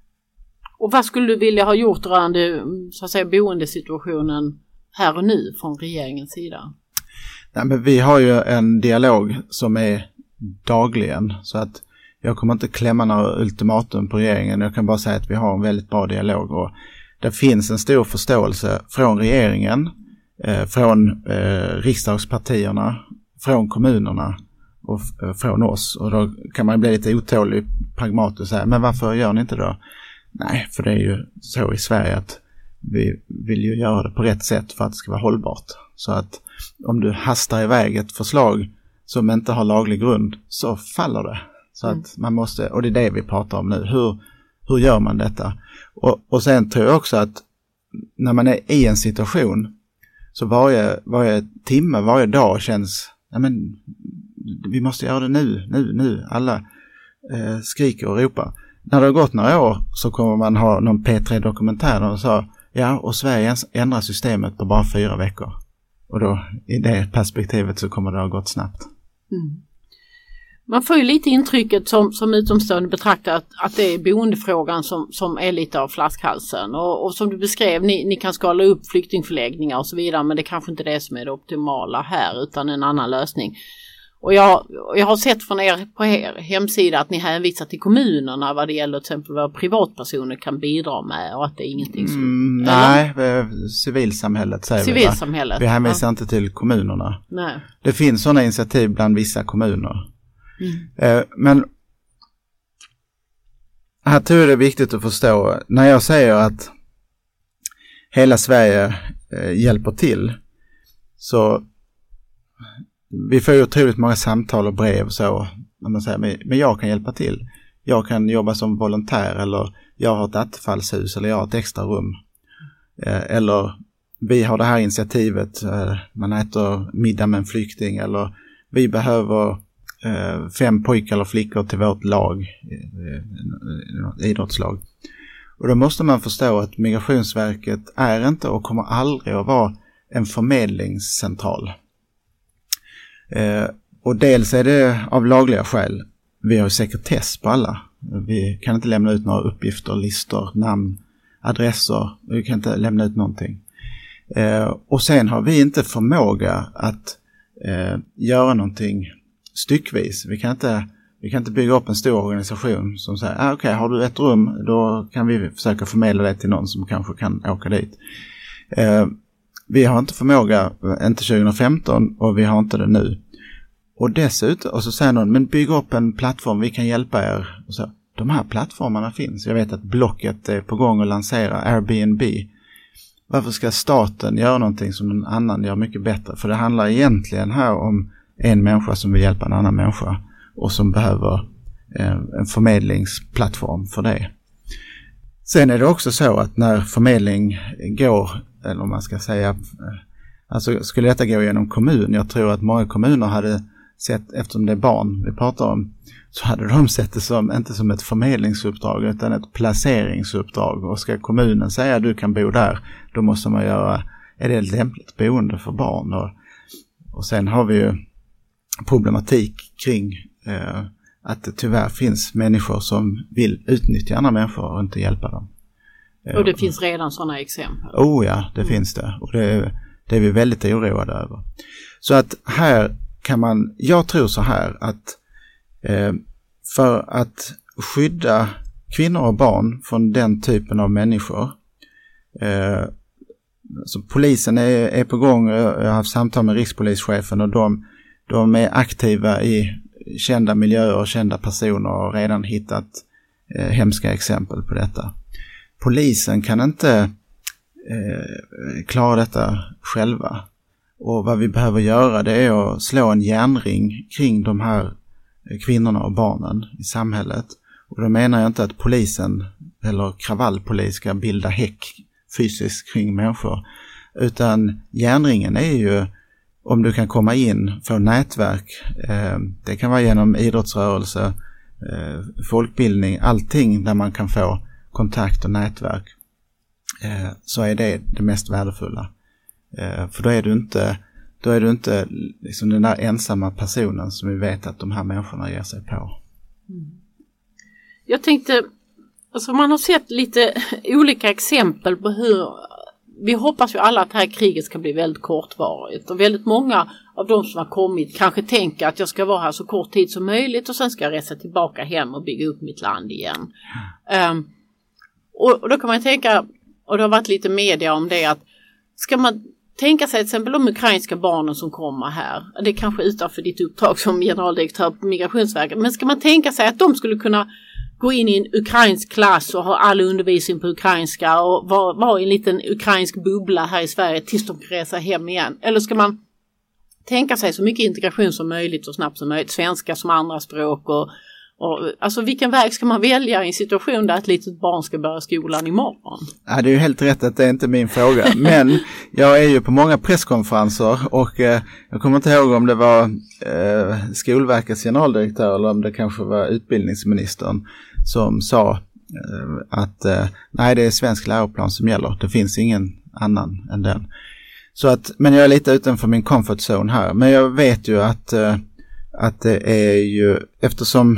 Och vad skulle du vilja ha gjort rörande så att säga boendesituationen här och nu från regeringens sida? Nej, men vi har ju en dialog som är dagligen, så att jag kommer inte klämma några ultimatum på regeringen. Jag kan bara säga att vi har en väldigt bra dialog och det finns en stor förståelse från regeringen, eh, från eh, riksdagspartierna, från kommunerna och från oss. Och då kan man bli lite otålig, pragmatisk och säga, men varför gör ni inte då? Nej, för det är ju så i Sverige att vi vill ju göra det på rätt sätt för att det ska vara hållbart. Så att om du hastar iväg ett förslag som inte har laglig grund så faller det. Så mm. att man måste, och det är det vi pratar om nu. Hur, hur gör man detta? Och, och sen tror jag också att när man är i en situation så varje, varje timme, varje dag känns, ja men vi måste göra det nu, nu, nu. Alla eh, skriker och ropar. När det har gått några år så kommer man ha någon P tre-dokumentär och sa, ja, och Sverige ändrar systemet på bara fyra veckor. Och då i det perspektivet så kommer det ha gått snabbt. Mm. Man får ju lite intrycket som, som utomstående betraktar att, att det är boendefrågan som, som är lite av flaskhalsen. Och, och som du beskrev, ni, ni kan skala upp flyktingförläggningar och så vidare, men det kanske inte är det som är det optimala här utan en annan lösning. Och jag, jag har sett från er på er hemsida att ni hänvisar till kommunerna vad det gäller till exempel vad privatpersoner kan bidra med och att det är ingenting som... Mm, nej, civilsamhället säger civilsamhället, vi. Vi hänvisar ja. inte till kommunerna. Nej. Det finns sådana initiativ bland vissa kommuner. Mm. Eh, men här tror jag det är viktigt att förstå, när jag säger att hela Sverige eh, hjälper till, så vi får ju otroligt många samtal och brev så, när man säger, men jag kan hjälpa till. Jag kan jobba som volontär, eller jag har ett attefallshus, eller jag har ett extra rum. Eh, eller vi har det här initiativet, eh, man äter middag med en flykting, eller vi behöver eh, fem pojkar eller flickor till vårt lag, eh, idrottslag. Och då måste man förstå att Migrationsverket är inte och kommer aldrig att vara en förmedlingscentral. Eh, och dels är det av lagliga skäl. Vi har sekretess på alla. Vi kan inte lämna ut några uppgifter, listor, namn, adresser. Vi kan inte lämna ut någonting. Eh, och sen har vi inte förmåga att eh, göra någonting styckvis. Vi kan inte, vi kan inte bygga upp en stor organisation som säger, ah, okej, okay, har du ett rum, då kan vi försöka förmedla det till någon som kanske kan åka dit. Eh, vi har inte förmåga, inte tjugo femton, och vi har inte det nu. Och dessutom, och så säger någon, men bygg upp en plattform, vi kan hjälpa er. Och så, de här plattformarna finns. Jag vet att Blocket är på gång att lansera Airbnb. Varför ska staten göra någonting som någon annan gör mycket bättre? För det handlar egentligen här om en människa som vill hjälpa en annan människa och som behöver eh, en förmedlingsplattform för det. Sen är det också så att när förmedling går, eller om man ska säga, alltså skulle detta gå genom kommun, jag tror att många kommuner hade sett, eftersom det är barn vi pratar om, så hade de sett det som, inte som ett förmedlingsuppdrag utan ett placeringsuppdrag. Och ska kommunen säga att du kan bo där, då måste man göra, är det ett lämpligt boende för barn? Och, och sen har vi ju problematik kring eh, att det tyvärr finns människor som vill utnyttja andra människor och inte hjälpa dem. Och det finns redan sådana exempel. Oh ja, det mm. finns det. Och det, det är vi väldigt oroade över. Så att här kan man, jag tror så här att eh, för att skydda kvinnor och barn från den typen av människor, eh, så polisen är, är på gång, jag har haft samtal med rikspolischefen och de, de är aktiva i kända miljöer och kända personer och har redan hittat eh, hemska exempel på detta. Polisen kan inte eh, klara detta själva. Och vad vi behöver göra, det är att slå en järnring kring de här kvinnorna och barnen i samhället. Och då menar jag inte att polisen eller kravallpolis ska bilda häck fysiskt kring människor. Utan järnringen är ju om du kan komma in, få nätverk. Eh, det kan vara genom idrottsrörelse, eh, folkbildning, allting där man kan få kontakt och nätverk, eh, så är det det mest värdefulla. Eh, för då är du inte, då är du inte liksom den där ensamma personen som vi vet att de här människorna ger sig på. Mm. Jag tänkte, alltså man har sett lite olika exempel på hur, vi hoppas ju alla att det här kriget ska bli väldigt kortvarigt. Och väldigt många av de som har kommit kanske tänker att jag ska vara här så kort tid som möjligt och sen ska jag resa tillbaka hem och bygga upp mitt land igen. Um, och, och då kan man tänka, och det har varit lite media om det, att ska man tänka sig till exempel de ukrainska barnen som kommer här, det är kanske utanför ditt uppdrag som generaldirektör på Migrationsverket, men ska man tänka sig att de skulle kunna gå in i en ukrainsk klass och ha all undervisning på ukrainska och vara var i en liten ukrainsk bubbla här i Sverige tills de kan resa hem igen? Eller ska man tänka sig så mycket integration som möjligt och snabbt som möjligt, svenska som andra språk och, och alltså vilken väg ska man välja i en situation där ett litet barn ska börja skolan imorgon? Ja, det är ju helt rätt att det är inte min fråga, men jag är ju på många presskonferenser och eh, jag kommer inte ihåg om det var eh, Skolverkets generaldirektör eller om det kanske var utbildningsministern som sa eh, att eh, nej, det är svensk läroplan som gäller, det finns ingen annan än den. Så att, men jag är lite utanför min comfort zone här, men jag vet ju att eh, att det är ju, eftersom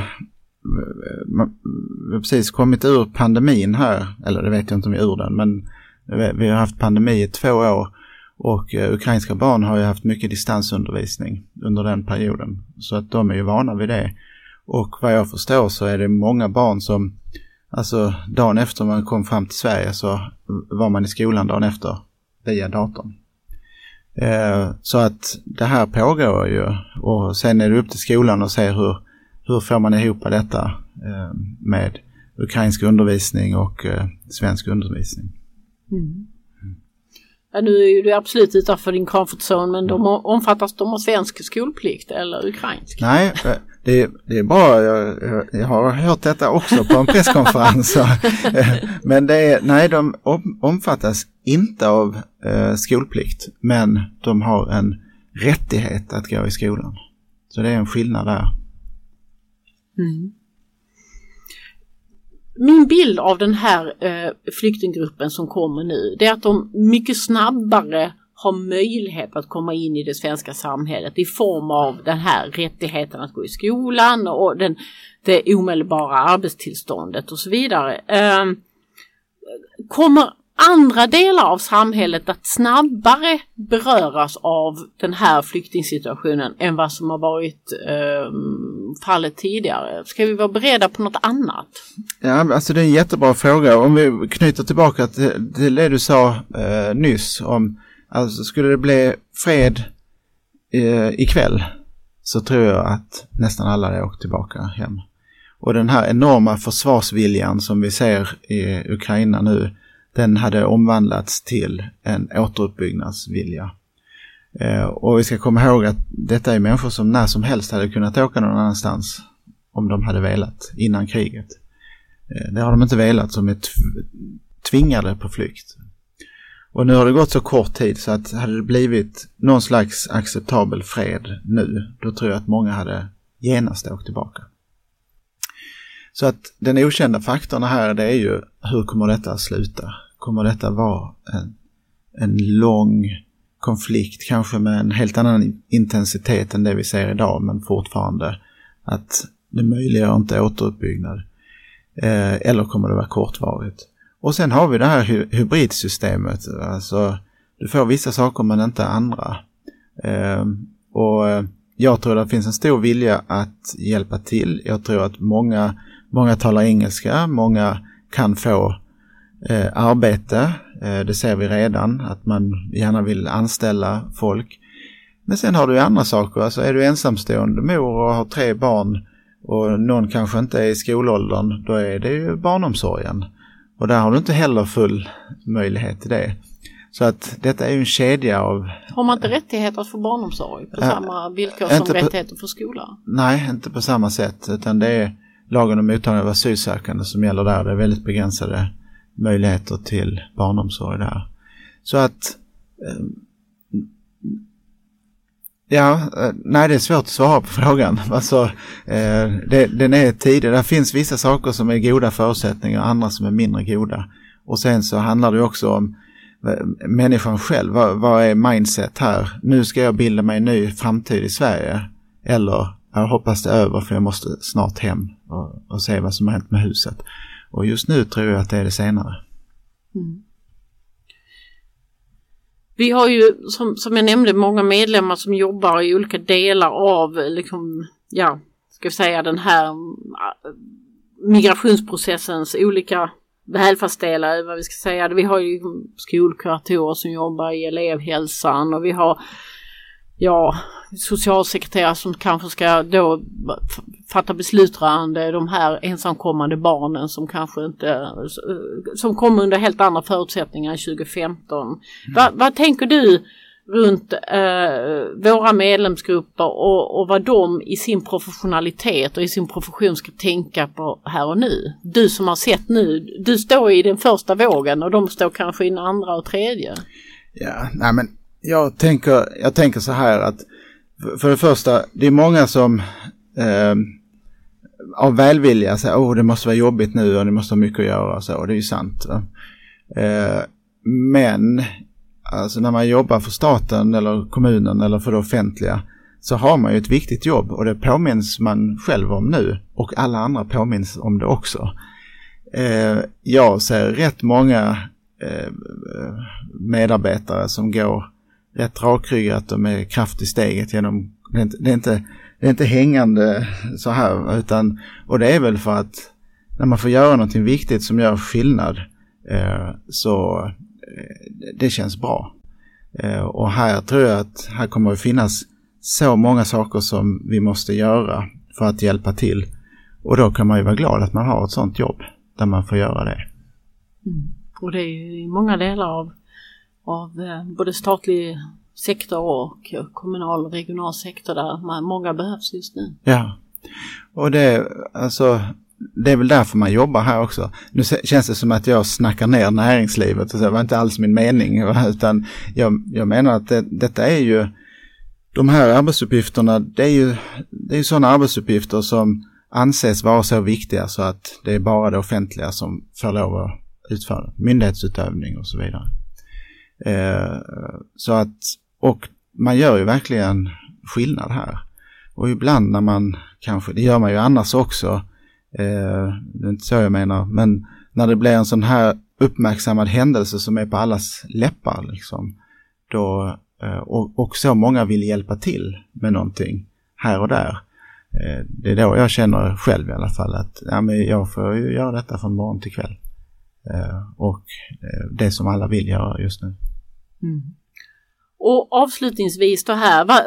vi har precis kommit ur pandemin här, eller det vet jag inte om vi är ur den, men vi har haft pandemi i två år Och eh, ukrainska barn har ju haft mycket distansundervisning under den perioden. Så att de är ju vana vid det. Och vad jag förstår så är det många barn som, alltså dagen efter man kom fram till Sverige så var man i skolan dagen efter via datorn. Eh, så att det här pågår ju, och sen är det upp till skolan och se hur, hur får man ihop detta eh, med ukrainsk undervisning och eh, svensk undervisning. Mm. Ja, nu är du absolut utanför din comfort zone, men de omfattas de av svensk skolplikt eller ukrainsk? Nej, det, det är bra. Jag, jag, jag har hört detta också på en presskonferens. Men det är, nej, de omfattas inte av eh, skolplikt, men de har en rättighet att gå i skolan. Så det är en skillnad där. Mm. Min bild av den här eh, flyktinggruppen som kommer nu, det är att de mycket snabbare har möjlighet att komma in i det svenska samhället i form av den här rättigheten att gå i skolan och den, det omedelbara arbetstillståndet och så vidare. Eh, kommer andra delar av samhället att snabbare beröras av den här flyktingsituationen än vad som har varit eh, fallet tidigare? Ska vi vara beredda på något annat? Ja, alltså det är en jättebra fråga. Om vi knyter tillbaka till, till det du sa eh, nyss om, alltså skulle det bli fred eh, ikväll, så tror jag att nästan alla är åkt tillbaka hem. Och den här enorma försvarsviljan som vi ser i Ukraina nu, den hade omvandlats till en återuppbyggnadsvilja. Eh, och vi ska komma ihåg att detta är människor som när som helst hade kunnat åka någon annanstans om de hade velat innan kriget. Eh, det har de inte velat, som är tv- tvingade på flykt. Och nu har det gått så kort tid så att hade det blivit någon slags acceptabel fred nu, då tror jag att många hade genast åkt tillbaka. Så att den okända faktorn här, det är ju hur kommer detta att sluta? Kommer detta vara en, en lång konflikt, kanske med en helt annan intensitet än det vi ser idag, men fortfarande att det möjliggör inte återuppbyggnad? Eh, eller kommer det vara kortvarigt? Och sen har vi det här hy- hybridsystemet. Alltså, du får vissa saker men inte andra. Eh, och jag tror det finns en stor vilja att hjälpa till. Jag tror att många, många talar engelska, många kan få eh, arbete. Eh, det ser vi redan, att man gärna vill anställa folk. Men sen har du andra saker. Alltså är du ensamstående mor och har tre barn och någon kanske inte är i skolåldern, då är det ju barnomsorgen. Och där har du inte heller full möjlighet till det. Så att detta är ju en kedja av... Har man inte rättighet att få barnomsorg på äh, samma villkor som rättighet att få skola? Nej, inte på samma sätt. Utan det är lagen om mottagande av asylsökande som gäller där. Det är väldigt begränsade möjligheter till barnomsorg där. Så att... Eh, ja, nej, det är svårt att svara på frågan. Alltså, eh, det, den är tidig. Det finns vissa saker som är goda förutsättningar och andra som är mindre goda. Och sen så handlar det också om människan själv. Vad, vad är mindset här? Nu ska jag bilda mig en ny framtid i Sverige. Eller jag hoppas det är över för jag måste snart hem och, och se vad som har hänt med huset. Och just nu tror jag att det är det senare. Mm. Vi har ju, som, som jag nämnde, många medlemmar som jobbar i olika delar av, liksom, ja, ska vi säga den här migrationsprocessens olika välfärdsdelar, vad vi ska säga. Vi har ju skolkuratorer som jobbar i elevhälsan och vi har, ja, socialsekreterare som kanske ska då fatta beslut rörande de här ensamkommande barnen som kanske inte, som kommer under helt andra förutsättningar än tjugo femton. Mm. Va, vad tänker du runt eh, våra medlemsgrupper och, och vad de i sin professionalitet och i sin profession ska tänka på här och nu? Du som har sett nu, du står i den första vågen och de står kanske i den andra och tredje. Ja, nej men jag tänker, jag tänker så här att för det första, det är många som eh, av välvilja säger, åh, det måste vara jobbigt nu och det måste ha mycket att göra, så, och det är ju sant. Eh, men alltså när man jobbar för staten eller kommunen eller för det offentliga, så har man ju ett viktigt jobb och det påminns man själv om nu och alla andra påminns om det också. Eh, jag ser rätt många eh, medarbetare som går rätt rakryggat och med kraft i steget genom, det är inte, det är inte, det är inte hängande så här, utan, och det är väl för att när man får göra någonting viktigt som gör skillnad eh, så eh, det känns bra. Eh, och här tror jag att här kommer att finnas så många saker som vi måste göra för att hjälpa till. Och då kan man ju vara glad att man har ett sånt jobb där man får göra det. Mm. Och det är ju i många delar av, av eh, både statlig sektor och kommunal och regional sektor där man, många behövs just nu. Ja, och det, alltså, det är väl därför man jobbar här också. Nu känns det som att jag snackar ner näringslivet och så, det var inte alls min mening, utan jag, jag menar att det, detta är ju, de här arbetsuppgifterna, det är ju, det är ju sådana arbetsuppgifter som anses vara så viktiga så att det är bara det offentliga som får lov att utföra myndighetsutövning och så vidare. Eh, så att, och man gör ju verkligen skillnad här. Och ibland när man kanske, det gör man ju annars också, eh, det är inte så jag menar, men när det blir en sån här uppmärksammad händelse som är på allas läppar liksom, då, eh, och, och så många vill hjälpa till med någonting här och där. Eh, det är då jag känner själv i alla fall att ja, men jag får ju göra detta från morgon till kväll. Eh, och eh, det som alla vill göra just nu. Mm. Och avslutningsvis då här, va,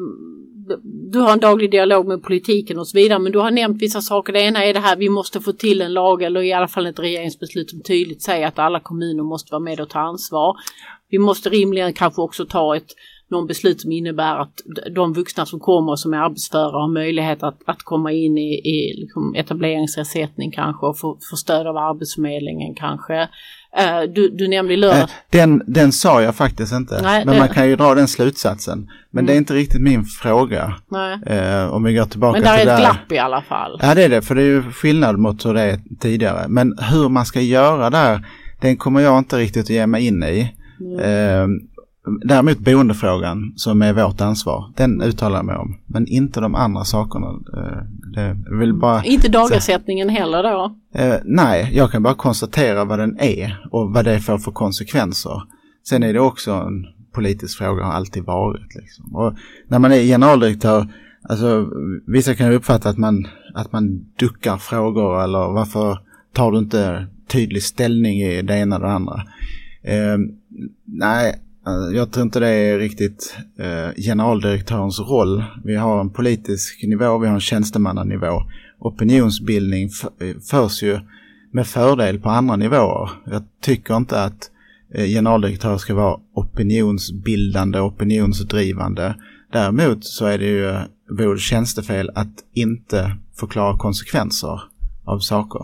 du har en daglig dialog med politiken och så vidare, men du har nämnt vissa saker. Det ena är det här, vi måste få till en lag eller i alla fall ett regeringsbeslut som tydligt säger att alla kommuner måste vara med och ta ansvar. Vi måste rimligen kanske också ta ett någon beslut som innebär att de vuxna som kommer som är arbetsföra har möjlighet att, att komma in i, i liksom etableringsersättning kanske och få, få stöd av Arbetsförmedlingen kanske. Uh, du, du nämnde i lördag. Den, den sa jag faktiskt inte. Nej, men det... man kan ju dra den slutsatsen. Men mm. det är inte riktigt min fråga. Nej. Uh, om vi går tillbaka men till det. Men där är ett glapp i alla fall. Ja, det är det. För det är ju skillnad mot hur det är tidigare. Men hur man ska göra där, den kommer jag inte riktigt att ge mig in i. Mm. Uh, Däremot boendefrågan som är vårt ansvar, den uttalar jag mig om. Men inte de andra sakerna. Det vill bara, inte dagersättningen heller då? Eh, nej, jag kan bara konstatera vad den är och vad det får för konsekvenser. Sen är det också en politisk fråga, har alltid varit. Liksom. Och när man är generaldirektör, alltså vissa kan ju uppfatta att man, att man duckar frågor eller varför tar du inte tydlig ställning i det ena eller det andra. Eh, nej, jag tror inte det är riktigt eh, generaldirektörens roll. Vi har en politisk nivå, vi har en tjänstemannanivå. Opinionsbildning f- förs ju med fördel på andra nivåer. Jag tycker inte att eh, generaldirektör ska vara opinionsbildande, opinionsdrivande. Däremot så är det ju vår tjänstefel att inte förklara konsekvenser av saker.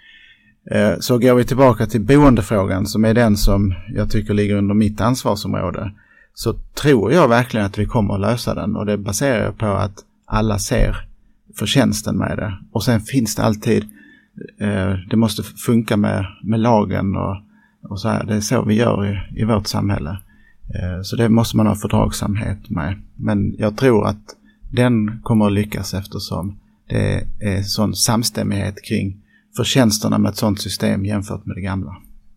Så går vi tillbaka till boendefrågan som är den som jag tycker ligger under mitt ansvarsområde, så tror jag verkligen att vi kommer att lösa den, och det baserar jag på att alla ser förtjänsten med det. Och sen finns det alltid, det måste funka med, med lagen och, och så här. Det är så vi gör i, i vårt samhälle. Så det måste man ha fördragsamhet med. Men jag tror att den kommer att lyckas eftersom det är sån samstämmighet kring förtjänsterna med ett sådant system jämfört med det gamla.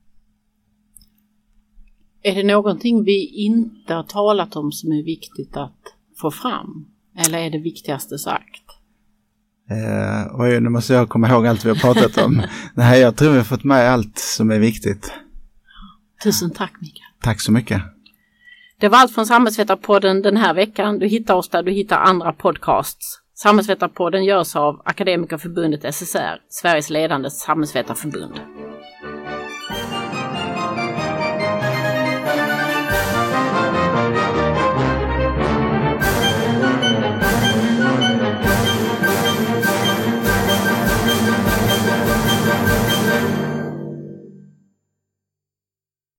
Är det någonting vi inte har talat om som är viktigt att få fram? Eller är det viktigaste sagt? Eh, oj, nu måste jag komma ihåg allt vi har pratat om. Nej, jag tror vi har fått med allt som är viktigt. Tusen tack, Mikael. Tack så mycket. Det var allt från Samhällsvetarpodden den här veckan. Du hittar oss där du hittar andra podcasts. Samhällsvetarpodden görs av Akademikerförbundet S S R, Sveriges ledande samhällsvetarförbund.